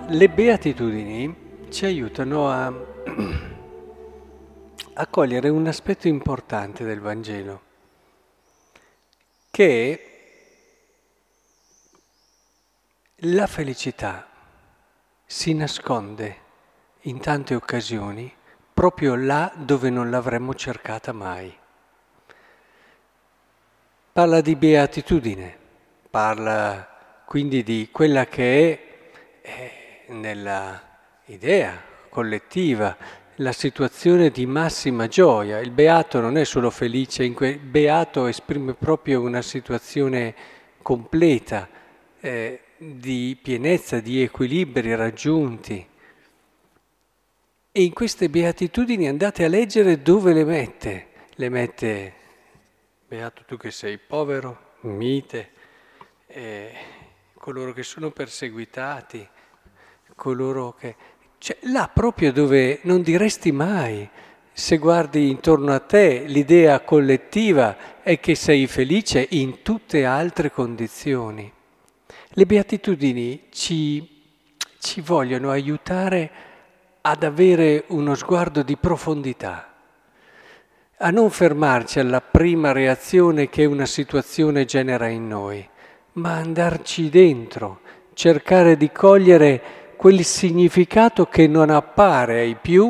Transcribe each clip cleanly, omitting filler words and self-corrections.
Le beatitudini ci aiutano a cogliere un aspetto importante del Vangelo, che la felicità si nasconde in tante occasioni proprio là dove non l'avremmo cercata mai. Parla di beatitudine, parla quindi di quella che è nella idea collettiva la situazione di massima gioia. Il beato non è solo felice, il beato esprime proprio una situazione completa di pienezza, di equilibri raggiunti. E in queste beatitudini andate a leggere dove le mette. Le mette, beato tu che sei povero, mite, coloro che sono perseguitati, coloro che... Cioè, là proprio dove non diresti mai, se guardi intorno a te, l'idea collettiva è che sei felice in tutte altre condizioni. Le beatitudini ci vogliono aiutare ad avere uno sguardo di profondità, a non fermarci alla prima reazione che una situazione genera in noi, ma andarci dentro, cercare di cogliere quel significato che non appare ai più,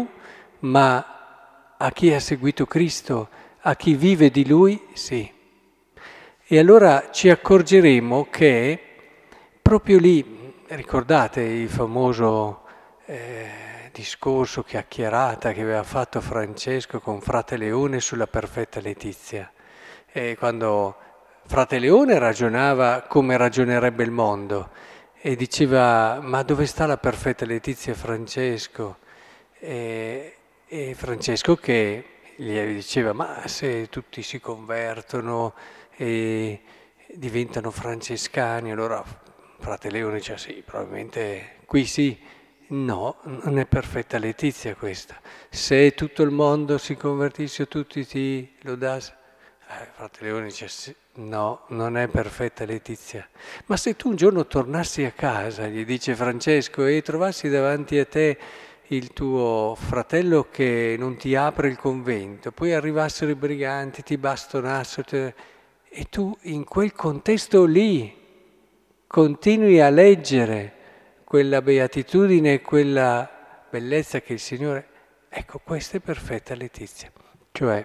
ma a chi ha seguito Cristo, a chi vive di Lui, sì. E allora ci accorgeremo che proprio lì, ricordate il famoso discorso, chiacchierata che aveva fatto Francesco con Frate Leone sulla perfetta letizia, quando Frate Leone ragionava come ragionerebbe il mondo e diceva: ma dove sta la perfetta letizia, Francesco? E Francesco che gli diceva: ma se tutti si convertono e diventano francescani, allora Frate Leone dice: sì, probabilmente qui sì. No, non è perfetta letizia questa. Se tutto il mondo si convertisse o tutti ti lodassero, Frate Leone dice: sì, no, non è perfetta letizia. Ma se tu un giorno tornassi a casa, gli dice Francesco, e trovassi davanti a te il tuo fratello che non ti apre il convento, poi arrivassero i briganti, ti bastonassero, e tu in quel contesto lì continui a leggere quella beatitudine, quella bellezza che il Signore... Ecco, questa è perfetta letizia. Cioè,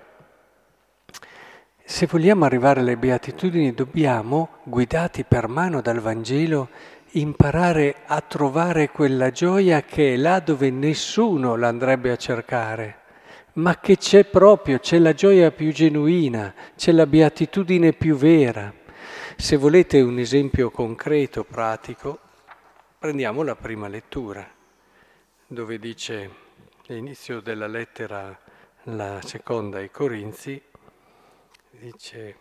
se vogliamo arrivare alle beatitudini dobbiamo, guidati per mano dal Vangelo, imparare a trovare quella gioia che è là dove nessuno l'andrebbe a cercare, ma che c'è proprio, c'è la gioia più genuina, c'è la beatitudine più vera. Se volete un esempio concreto, pratico, prendiamo la prima lettura, dove dice, all'inizio della lettera, la seconda ai Corinzi, dice: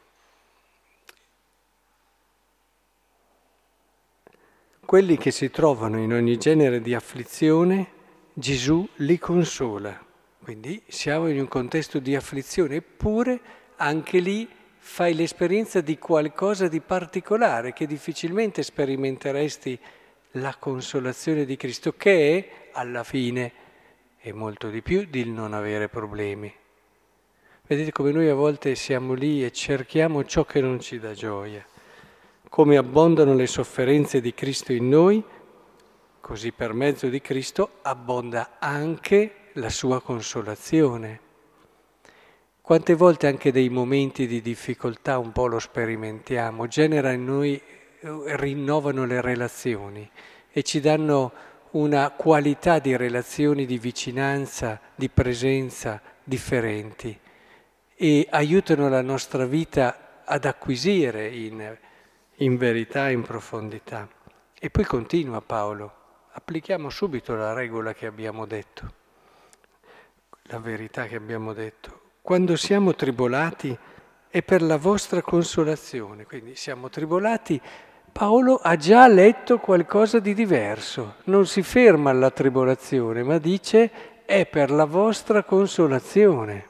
quelli che si trovano in ogni genere di afflizione, Gesù li consola. Quindi siamo in un contesto di afflizione, eppure anche lì fai l'esperienza di qualcosa di particolare che difficilmente sperimenteresti, la consolazione di Cristo, che è, alla fine, e molto di più, di non avere problemi. Vedete come noi a volte siamo lì e cerchiamo ciò che non ci dà gioia. Come abbondano le sofferenze di Cristo in noi, così per mezzo di Cristo abbonda anche la sua consolazione. Quante volte anche dei momenti di difficoltà un po' lo sperimentiamo, genera in noi, rinnovano le relazioni e ci danno una qualità di relazioni di vicinanza, di presenza differenti e aiutano la nostra vita ad acquisire in verità, in profondità. E poi continua Paolo, applichiamo subito la regola che abbiamo detto, la verità che abbiamo detto. Quando siamo tribolati è per la vostra consolazione, quindi siamo tribolati. Paolo ha già letto qualcosa di diverso, non si ferma alla tribolazione, ma dice è per la vostra consolazione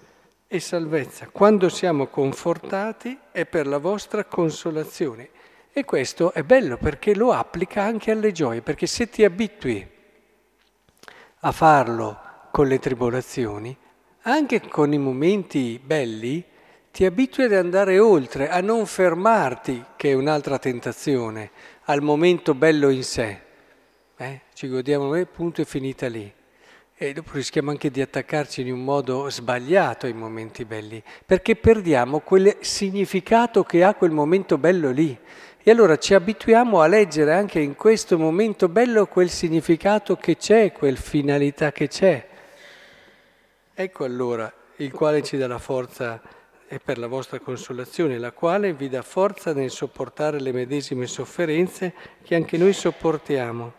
e salvezza. Quando siamo confortati è per la vostra consolazione. E questo è bello perché lo applica anche alle gioie, perché se ti abitui a farlo con le tribolazioni, anche con i momenti belli, ti abitui ad andare oltre, a non fermarti, che è un'altra tentazione, al momento bello in sé. Ci godiamo, punto, è finita lì. E dopo rischiamo anche di attaccarci in un modo sbagliato ai momenti belli, perché perdiamo quel significato che ha quel momento bello lì. E allora ci abituiamo a leggere anche in questo momento bello quel significato che c'è, quel finalità che c'è. Ecco allora il quale ci dà la forza e per la vostra consolazione, la quale vi dà forza nel sopportare le medesime sofferenze che anche noi sopportiamo.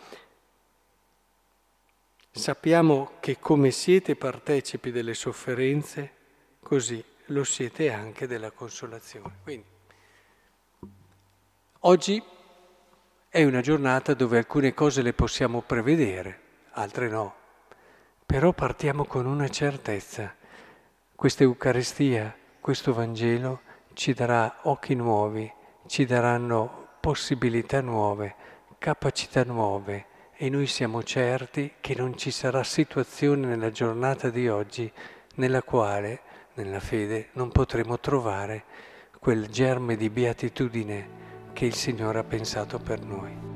Sappiamo che come siete partecipi delle sofferenze, così lo siete anche della consolazione. Quindi, oggi è una giornata dove alcune cose le possiamo prevedere, altre no. Però partiamo con una certezza. Questa Eucaristia, questo Vangelo ci darà occhi nuovi, ci daranno possibilità nuove, capacità nuove e noi siamo certi che non ci sarà situazione nella giornata di oggi nella quale, nella fede, non potremo trovare quel germe di beatitudine che il Signore ha pensato per noi.